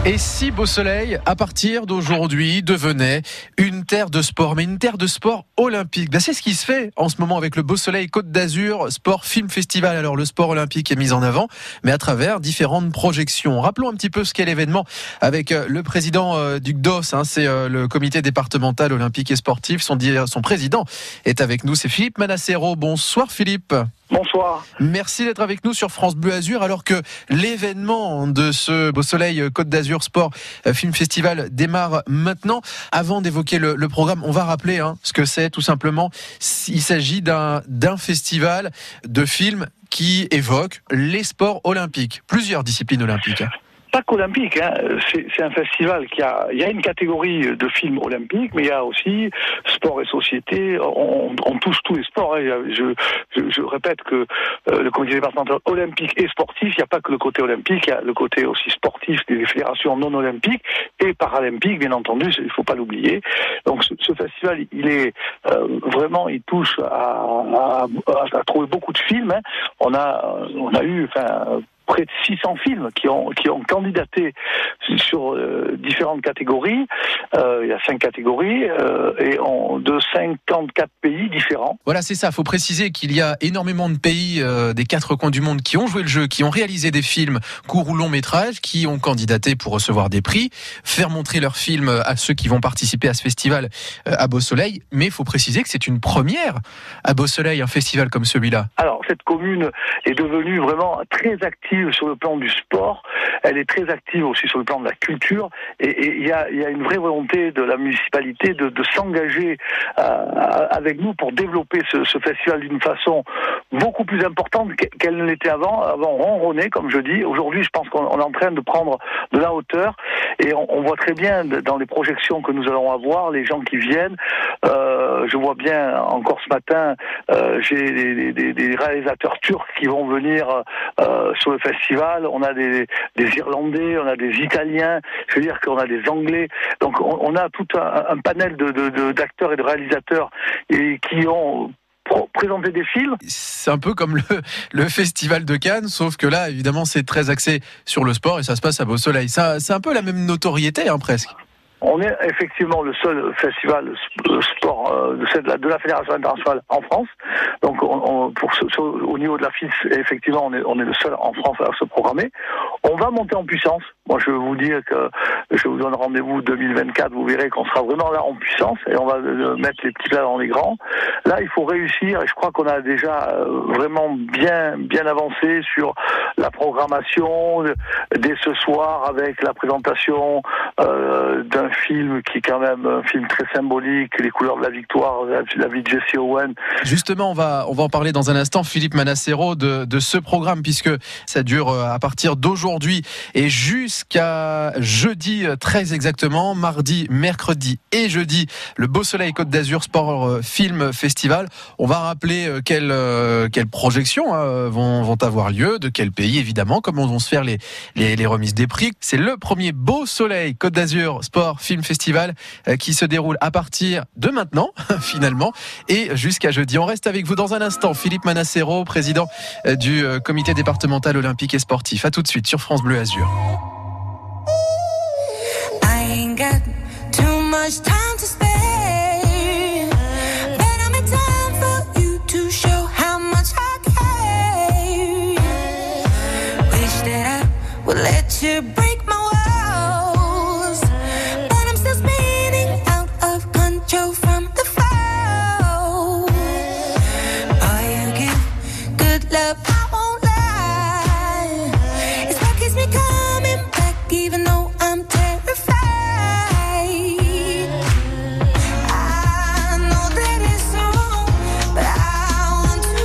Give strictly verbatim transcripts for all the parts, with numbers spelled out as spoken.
Et si Beau Soleil, à partir d'aujourd'hui, devenait une terre de sport, mais une terre de sport olympique? Ben, c'est ce qui se fait en ce moment avec le Beau Soleil Côte d'Azur Sport Film Festival. Alors le sport olympique est mis en avant, mais à travers différentes projections. Rappelons un petit peu ce qu'est l'événement avec le président du C D O S, hein, c'est le comité départemental olympique et sportif. Son, son président est avec nous, c'est Philippe Manassero. Bonsoir Philippe. Bonsoir. Merci d'être avec nous sur France Bleu Azur, alors que l'événement de ce Beau Soleil Côte d'Azur Sport Film Festival démarre maintenant. Avant d'évoquer le, le programme, on va rappeler hein, ce que c'est tout simplement. Il s'agit d'un, d'un festival de films qui évoque les sports olympiques, plusieurs disciplines olympiques. Pas qu'olympique, hein. c'est, c'est un festival qui a, il y a une catégorie de films olympiques, mais il y a aussi sport et société. On, on touche tous les sports. Hein. Je, je, je répète que euh, le comité départemental olympique et sportif, il n'y a pas que le côté olympique, il y a le côté aussi sportif des fédérations non olympiques et paralympiques, bien entendu. Il ne faut pas l'oublier. Donc ce, ce festival, il est euh, vraiment, il touche à, à, à, à trouver beaucoup de films. Hein. On a, on a eu, enfin. près de six cents films qui ont qui ont candidaté sur euh, différentes catégories. Euh, il y a cinq catégories euh, et on, de cinquante-quatre pays différents. Voilà, c'est ça. Il faut préciser qu'il y a énormément de pays euh, des quatre coins du monde qui ont joué le jeu, qui ont réalisé des films courts ou longs métrages, qui ont candidaté pour recevoir des prix, faire montrer leurs films à ceux qui vont participer à ce festival euh, à Beau Soleil. Mais il faut préciser que c'est une première à Beau Soleil, un festival comme celui-là. Alors, cette commune est devenue vraiment très active sur le plan du sport, elle est très active aussi sur le plan de la culture, et il y a, y a une vraie volonté de la municipalité de, de s'engager euh, avec nous pour développer ce, ce festival d'une façon beaucoup plus importante qu'elle ne l'était avant. Avant, on ronronnait, comme je dis. Aujourd'hui, je pense qu'on est en train de prendre de la hauteur, et on, on voit très bien dans les projections que nous allons avoir, les gens qui viennent. Euh, je vois bien, encore ce matin, euh, j'ai des, des, des réalisateurs turcs qui vont venir euh, sur le festival. On a des, des Irlandais, on a des Italiens, je veux dire qu'on a des Anglais. Donc on, on a tout un, un panel de, de, de, d'acteurs et de réalisateurs et qui ont présenté des films. C'est un peu comme le, le festival de Cannes, sauf que là, évidemment, c'est très axé sur le sport et ça se passe à Beau Soleil. Ça, c'est un peu la même notoriété, hein, presque. On est effectivement le seul festival sport euh, de, la, de la Fédération internationale en France. Donc, on, on, pour ce, ce, au niveau de la F I S, effectivement, on est, on est le seul en France à se programmer. On va monter en puissance. Moi, je veux vous dire que je vous donne rendez-vous deux mille vingt-quatre. Vous verrez qu'on sera vraiment là en puissance et on va mettre les petits plats dans les grands. Là, il faut réussir et je crois qu'on a déjà vraiment bien, bien avancé sur la programmation dès ce soir avec la présentation euh, d'un film qui est quand même un film très symbolique, les couleurs de la victoire, la vie de Jesse Owens. Justement, on va, on va en parler dans un instant, Philippe Manassero, de, de ce programme, puisque ça dure à partir d'aujourd'hui et jusqu'à jeudi très exactement, mardi, mercredi et jeudi, le Beau Soleil Côte d'Azur Sport Film Festival. On va rappeler quelles, quelles projections hein, vont, vont avoir lieu, de quel pays évidemment, comment vont se faire les, les, les remises des prix. C'est le premier Beau Soleil Côte d'Azur Sport Film Festival euh, qui se déroule à partir de maintenant finalement et jusqu'à jeudi. On reste avec vous dans un instant. Philippe Manassero, président euh, du euh, comité départemental olympique et sportif. À tout de suite sur France Bleu Azur.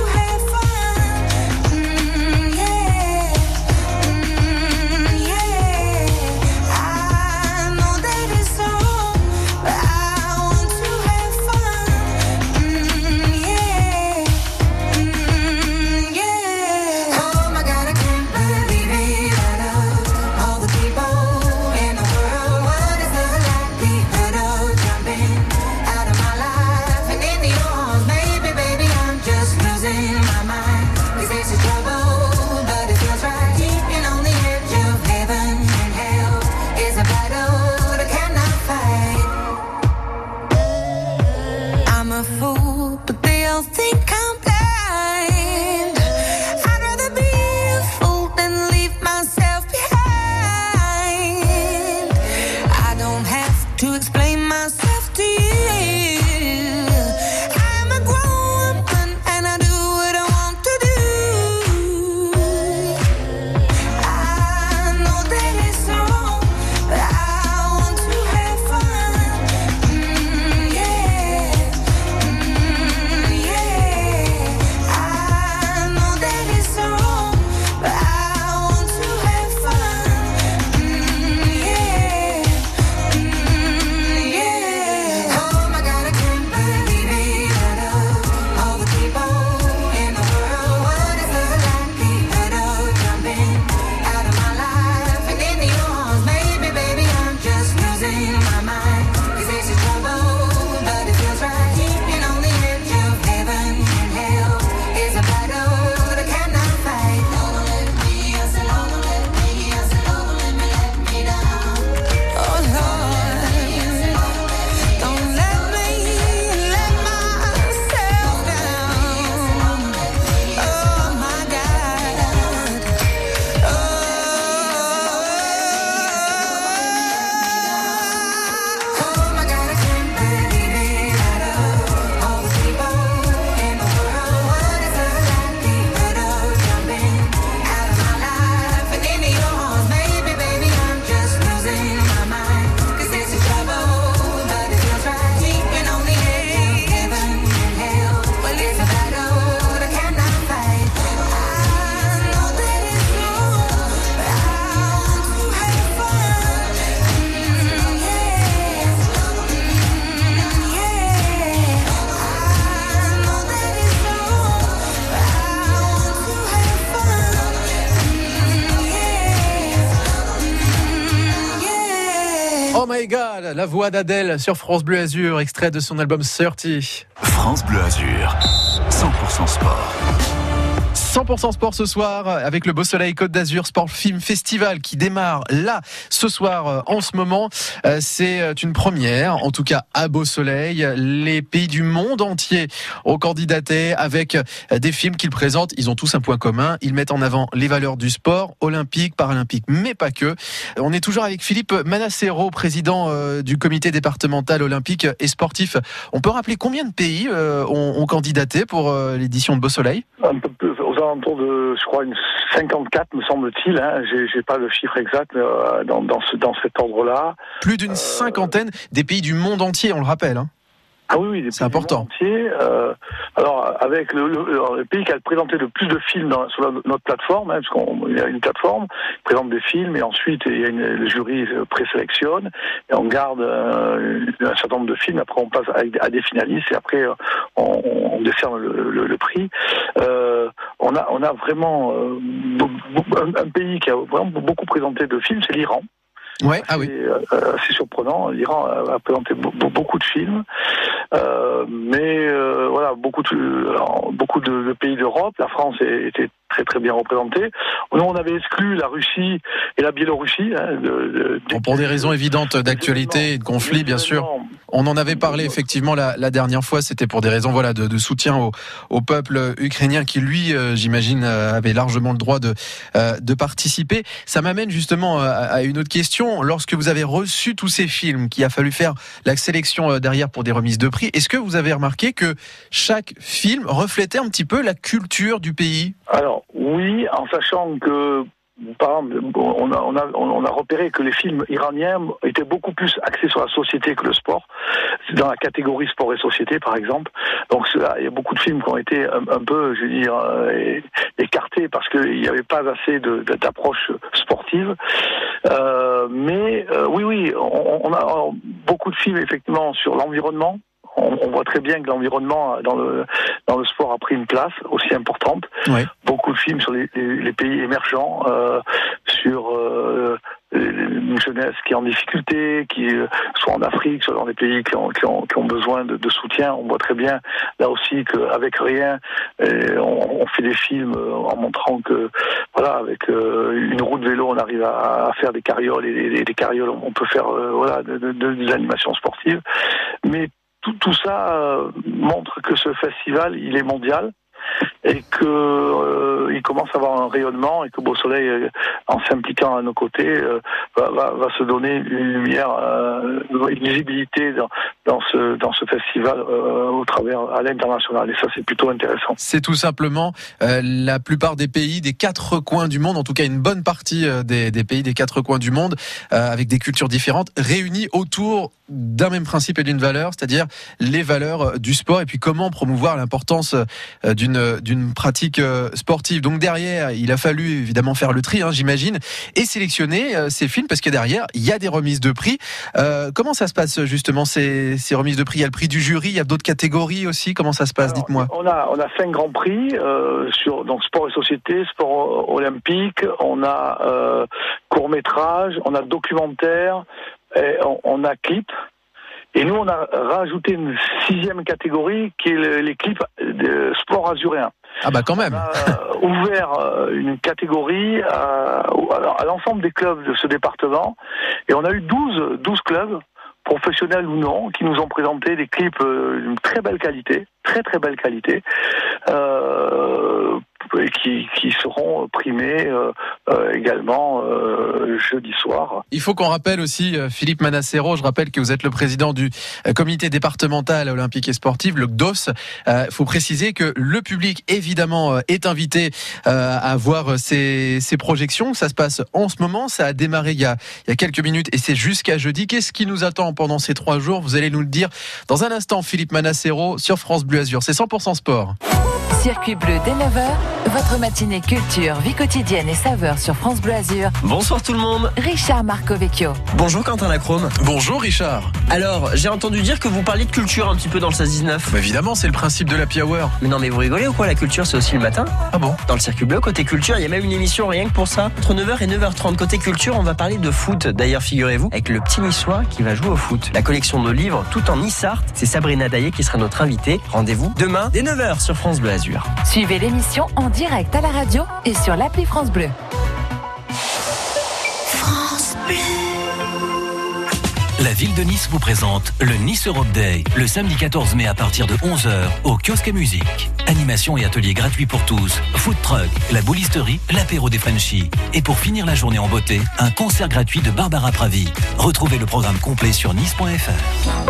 Yeah. Oh my God, la voix d'Adèle sur France Bleu Azur, extrait de son album trente. France Bleu Azur, cent pour cent sport. cent pour cent sport ce soir avec le Beau Soleil Côte d'Azur Sport Film Festival qui démarre là ce soir en ce moment. C'est une première, en tout cas à Beau Soleil. Les pays du monde entier ont candidaté avec des films qu'ils présentent. Ils ont tous un point commun. Ils mettent en avant les valeurs du sport, olympique, paralympique, mais pas que. On est toujours avec Philippe Manassero, président du comité départemental olympique et sportif. On peut rappeler combien de pays ont, ont candidaté pour l'édition de Beau Soleil ? Un peu plus, aux alentours de, je crois, une cinquante-quatre, me semble-t-il. Hein. J'ai, j'ai pas le chiffre exact euh, dans, dans, ce, dans cet ordre-là. Plus d'une euh... cinquantaine des pays du monde entier, on le rappelle. Hein. Ah oui, oui, des c'est pays important. Du monde entier. Euh, alors, avec le, le, le pays qui a présenté le plus de films dans, sur la, notre plateforme, hein, parce qu'il y a une plateforme, il présente des films, et ensuite il y a une, le jury présélectionne, et on garde euh, un certain nombre de films. Après, on passe à, à des finalistes, et après on, on décerne le, le, le prix. Euh, on a, on a vraiment euh, un, un pays qui a vraiment beaucoup présenté de films, c'est l'Iran. Ouais, ah oui. C'est assez surprenant. L'Iran a présenté beaucoup de films, euh, mais euh, voilà, beaucoup de alors, beaucoup de, de pays d'Europe. La France était très très bien représentée. Nous, on avait exclu la Russie et la Biélorussie. Hein, de, de, bon, pour des raisons évidentes d'actualité et de conflit, bien sûr. On en avait parlé effectivement la, la dernière fois. C'était pour des raisons voilà de, de soutien au, au peuple ukrainien qui, lui, euh, j'imagine, avait largement le droit de euh, de participer. Ça m'amène justement à, à une autre question. Lorsque vous avez reçu tous ces films, qu'il a fallu faire la sélection derrière pour des remises de prix, est-ce que vous avez remarqué que chaque film reflétait un petit peu la culture du pays ? Alors oui, en sachant que par exemple, on a, on, a, on a repéré que les films iraniens étaient beaucoup plus axés sur la société que le sport, dans la catégorie sport et société par exemple. Donc il y a beaucoup de films qui ont été un, un peu, je veux dire, écartés parce qu'il n'y avait pas assez de, d'approche sportive. Euh, mais euh, oui, oui, on, on a beaucoup de films effectivement sur l'environnement. On, on voit très bien que l'environnement dans le dans le sport a pris une place aussi importante. Ouais. Beaucoup de films sur les, les, les pays émergents, euh, sur euh, une jeunesse qui est en difficulté, qui soit en Afrique, soit dans des pays qui ont qui ont, qui ont besoin de, de soutien. On voit très bien là aussi qu'avec rien, on, on fait des films en montrant que voilà, avec euh, une roue de vélo, on arrive à, à faire des carrioles et des, des carrioles, on peut faire euh, voilà de, de, de, de l'animation sportive, mais Tout, tout ça euh, montre que ce festival, il est mondial et qu'il euh, commence à avoir un rayonnement et que Beau Soleil, euh, en s'impliquant à nos côtés, euh, va, va, va se donner une lumière, euh, une visibilité dans, dans, ce, dans ce festival euh, au travers à l'international. Et ça, c'est plutôt intéressant. C'est tout simplement euh, la plupart des pays des quatre coins du monde, en tout cas une bonne partie euh, des, des pays des quatre coins du monde, euh, avec des cultures différentes, réunis autour d'un même principe et d'une valeur, c'est-à-dire les valeurs du sport et puis comment promouvoir l'importance d'une, d'une pratique sportive. Donc derrière, il a fallu évidemment faire le tri, hein, j'imagine, et sélectionner ces films parce que derrière, il y a des remises de prix. Euh, comment ça se passe justement ces, ces remises de prix ? Il y a le prix du jury, il y a d'autres catégories aussi. Comment ça se passe ? Alors, dites-moi. On a on a cinq grands prix euh, sur donc sport et société, sport olympique. On a euh, court métrage, on a documentaire. Et on, on a clips, et nous on a rajouté une sixième catégorie qui est le, les clips de sport azuréen. Ah bah quand même. On a ouvert une catégorie à, à l'ensemble des clubs de ce département, et on a eu douze, douze clubs, professionnels ou non, qui nous ont présenté des clips d'une très belle qualité, très très belle qualité, euh, et qui, qui seront primés euh, euh, également euh, jeudi soir. Il faut qu'on rappelle aussi, euh, Philippe Manassero, je rappelle que vous êtes le président du euh, comité départemental olympique et sportif, le C D O S. Il euh, faut préciser que le public, évidemment, euh, est invité euh, à voir ces, ces projections. Ça se passe en ce moment, ça a démarré il y a, il y a quelques minutes et c'est jusqu'à jeudi. Qu'est-ce qui nous attend pendant ces trois jours ? Vous allez nous le dire dans un instant, Philippe Manassero, sur France Bleu Azur. C'est cent pour cent sport. Circuit bleu dès neuf heures, votre matinée culture, vie quotidienne et saveurs sur France Bleu Azur. Bonsoir tout le monde. Richard Marcovecchio. Bonjour Quentin Lacrome. Bonjour Richard. Alors, j'ai entendu dire que vous parliez de culture un petit peu dans le seize dix-neuf. Bah évidemment, c'est le principe de l'Happy Hour. Mais non, mais vous rigolez ou quoi? La culture, c'est aussi le matin. Ah bon? Dans le Circuit bleu, côté culture, il y a même une émission rien que pour ça. Entre neuf heures et neuf heures trente, côté culture, on va parler de foot. D'ailleurs, figurez-vous, avec le petit niçois qui va jouer au foot. La collection de livres, tout en Issart, c'est Sabrina Daillé qui sera notre invitée. Rendez-vous demain, dès neuf heures sur France Bleu Azur. Suivez l'émission en direct à la radio et sur l'appli France Bleu. France Bleu. La ville de Nice vous présente le Nice Europe Day, le samedi quatorze mai à partir de onze heures au kiosque à musique. Animation et ateliers gratuits pour tous, food truck, la boulisterie, l'apéro des Frenchies. Et pour finir la journée en beauté, un concert gratuit de Barbara Pravi. Retrouvez le programme complet sur nice point f r.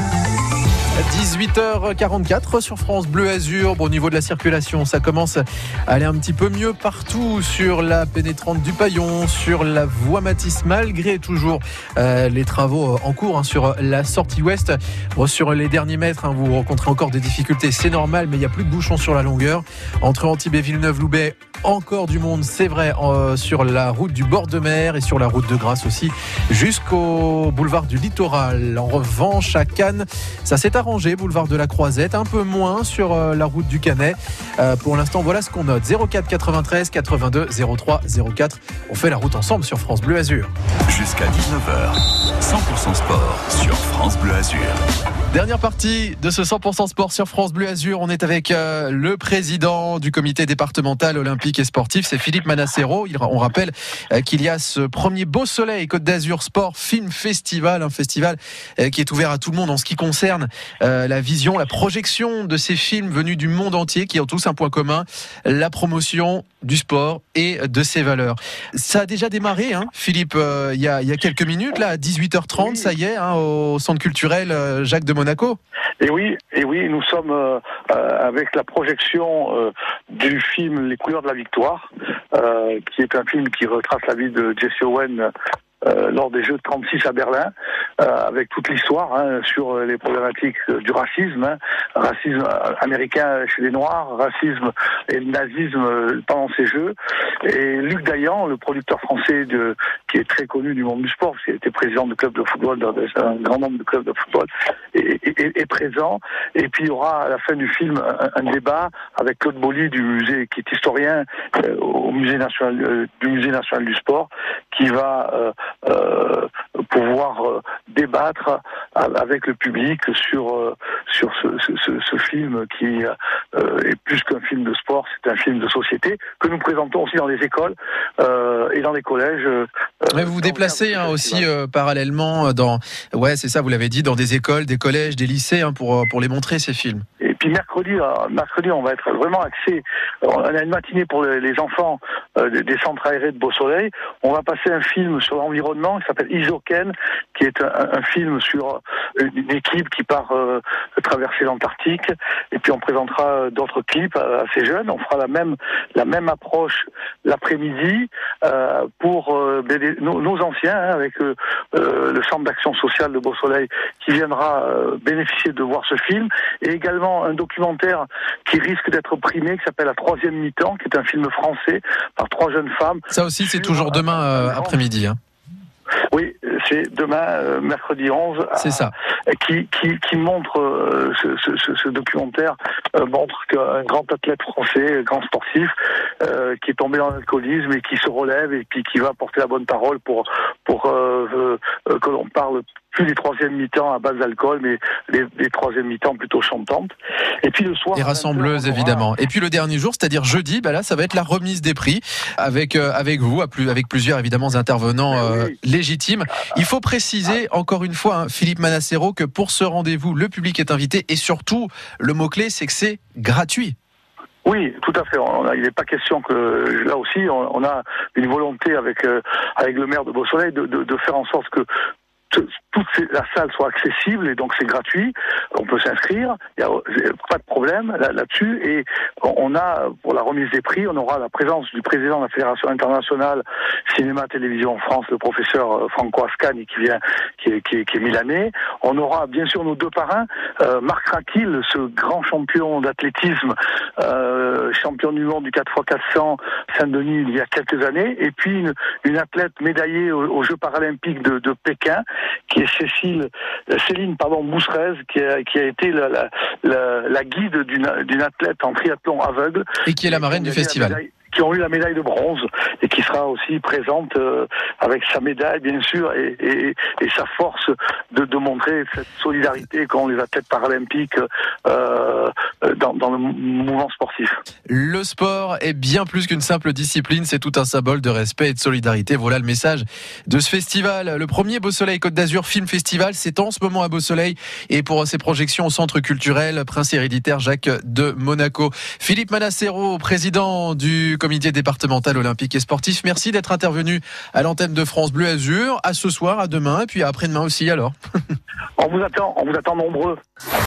dix-huit heures quarante-quatre sur France Bleu Azur. Bon, au niveau de la circulation, ça commence à aller un petit peu mieux partout sur la pénétrante du Paillon, sur la voie Matisse, malgré toujours euh, les travaux en cours hein, sur la sortie ouest. Bon, sur les derniers mètres, hein, vous rencontrez encore des difficultés, c'est normal, mais il n'y a plus de bouchons sur la longueur. Entre Antibes et Villeneuve-Loubet, encore du monde, c'est vrai, euh, sur la route du bord de mer et sur la route de Grasse aussi, jusqu'au boulevard du Littoral. En revanche, à Cannes, ça s'est arrangé, boulevard de la Croisette, un peu moins sur euh, la route du Canet. Euh, pour l'instant, voilà ce qu'on note. zéro quatre quatre-vingt-treize quatre-vingt-deux zéro trois zéro quatre. On fait la route ensemble sur France Bleu Azur. Jusqu'à dix-neuf heures, cent pour cent sport sur France Bleu Azur. Dernière partie de ce cent pour cent sport sur France Bleu Azur. On est avec euh, le président du comité départemental olympique et sportif, c'est Philippe Manassero. Il, on rappelle euh, qu'il y a ce premier Beau Soleil Côte d'Azur Sport Film Festival, un festival euh, qui est ouvert à tout le monde en ce qui concerne euh, la vision, la projection de ces films venus du monde entier qui ont tous un point commun, la promotion du sport et de ses valeurs. Ça a déjà démarré, hein, Philippe, euh, il y a, il y a quelques minutes, là, à dix-huit heures trente, oui. Ça y est, hein, au centre culturel euh, Jacques de Monaco. Et oui, et oui, nous sommes euh, euh, avec la projection euh, du film Les couleurs de la victoire, euh, qui est un film qui retrace la vie de Jesse Owens euh, lors des Jeux de trente-six à Berlin, euh, avec toute l'histoire hein, sur les problématiques du racisme, hein, racisme américain chez les Noirs, racisme et le nazisme pendant ces Jeux. Et Luc Dayan, le producteur français de, qui est très connu du monde du sport, parce qu'il était président de club de football, dans un grand nombre de clubs de football, est, est, est présent. Et puis il y aura à la fin du film un, un débat avec Claude Bolly du musée, qui est historien euh, au musée national euh, du musée national du sport, qui va euh, euh, pouvoir euh, débattre avec le public sur euh, sur ce, ce, ce film qui euh, est plus qu'un film de sport, c'est un film de société que nous présentons aussi dans les écoles euh, et dans les collèges. Euh, Mais vous vous déplacez hein, aussi euh, parallèlement dans, ouais c'est ça, vous l'avez dit, dans des écoles, des collèges, des lycées hein, pour pour les montrer ces films. Et puis mercredi, mercredi, on va être vraiment axé. On a une matinée pour les enfants euh, des centres aérés de Beau Soleil. On va passer un film sur l'environnement qui s'appelle Isoken, qui est un, un film sur une équipe qui part euh, traverser l'Antarctique. Et puis on présentera d'autres clips assez jeunes. On fera la même la même approche l'après-midi euh, pour euh, les, nos, nos anciens hein, avec euh, le centre d'action sociale de Beau Soleil qui viendra euh, bénéficier de voir ce film, et également un documentaire qui risque d'être primé qui s'appelle La Troisième Mi-temps, qui est un film français par trois jeunes femmes. Ça aussi c'est toujours demain euh, après-midi hein. Oui, c'est demain, euh, mercredi onze. C'est ça. Euh, qui, qui, qui montre, euh, ce, ce, ce documentaire euh, montre qu'un grand athlète français, un grand sportif, euh, qui est tombé dans l'alcoolisme et qui se relève et puis qui va porter la bonne parole pour, pour euh, euh, que l'on parle plus les troisièmes mi-temps à base d'alcool, mais les, les troisièmes mi-temps plutôt chantantes. Et puis le soir... Et rassembleuses, évidemment. Et puis le dernier jour, c'est-à-dire jeudi, bah là, ça va être la remise des prix avec, euh, avec vous, avec plusieurs, évidemment, intervenants euh, oui. légitimes. Il faut préciser, encore une fois, hein, Philippe Manassero, que pour ce rendez-vous, le public est invité et surtout, le mot-clé, c'est que c'est gratuit. Oui, tout à fait. On a, il n'est pas question que là aussi, on, on a une volonté avec euh, avec le maire de Beau Soleil de, de, de faire en sorte que toute la salle soit accessible et donc c'est gratuit. On peut s'inscrire, il n'y a pas de problème là, là-dessus. Et on a, pour la remise des prix, on aura la présence du président de la Fédération internationale Cinéma-Télévision France, le professeur Franco Ascani, qui vient, qui est, qui est, qui est milanais. On aura bien sûr nos deux parrains, euh, Marc Raquil, ce grand champion d'athlétisme, euh, champion du monde du quatre fois quatre cents Saint-Denis il y a quelques années, et puis une, une athlète médaillée aux, aux Jeux paralympiques de, de Pékin, qui est Cécile, Céline pardon, Bousserez, qui a, qui a été la, la, la, la guide d'une, d'une athlète en triathlon aveugle. Et qui est la marraine du festival. Qui ont eu la médaille de bronze et qui sera aussi présente euh, avec sa médaille bien sûr et, et, et sa force de, de montrer cette solidarité qu'ont les athlètes paralympiques euh, dans, dans le mouvement sportif. Le sport est bien plus qu'une simple discipline, c'est tout un symbole de respect et de solidarité. Voilà le message de ce festival. Le premier Beau Soleil Côte d'Azur Film Festival, c'est en ce moment à Beau Soleil et pour ses projections au centre culturel Prince Héréditaire Jacques de Monaco. Philippe Manassero, président du comité départemental olympique et sportif, merci d'être intervenu à l'antenne de France Bleu Azur. À ce soir, à demain et puis à après-demain aussi alors. On vous attend, on vous attend nombreux.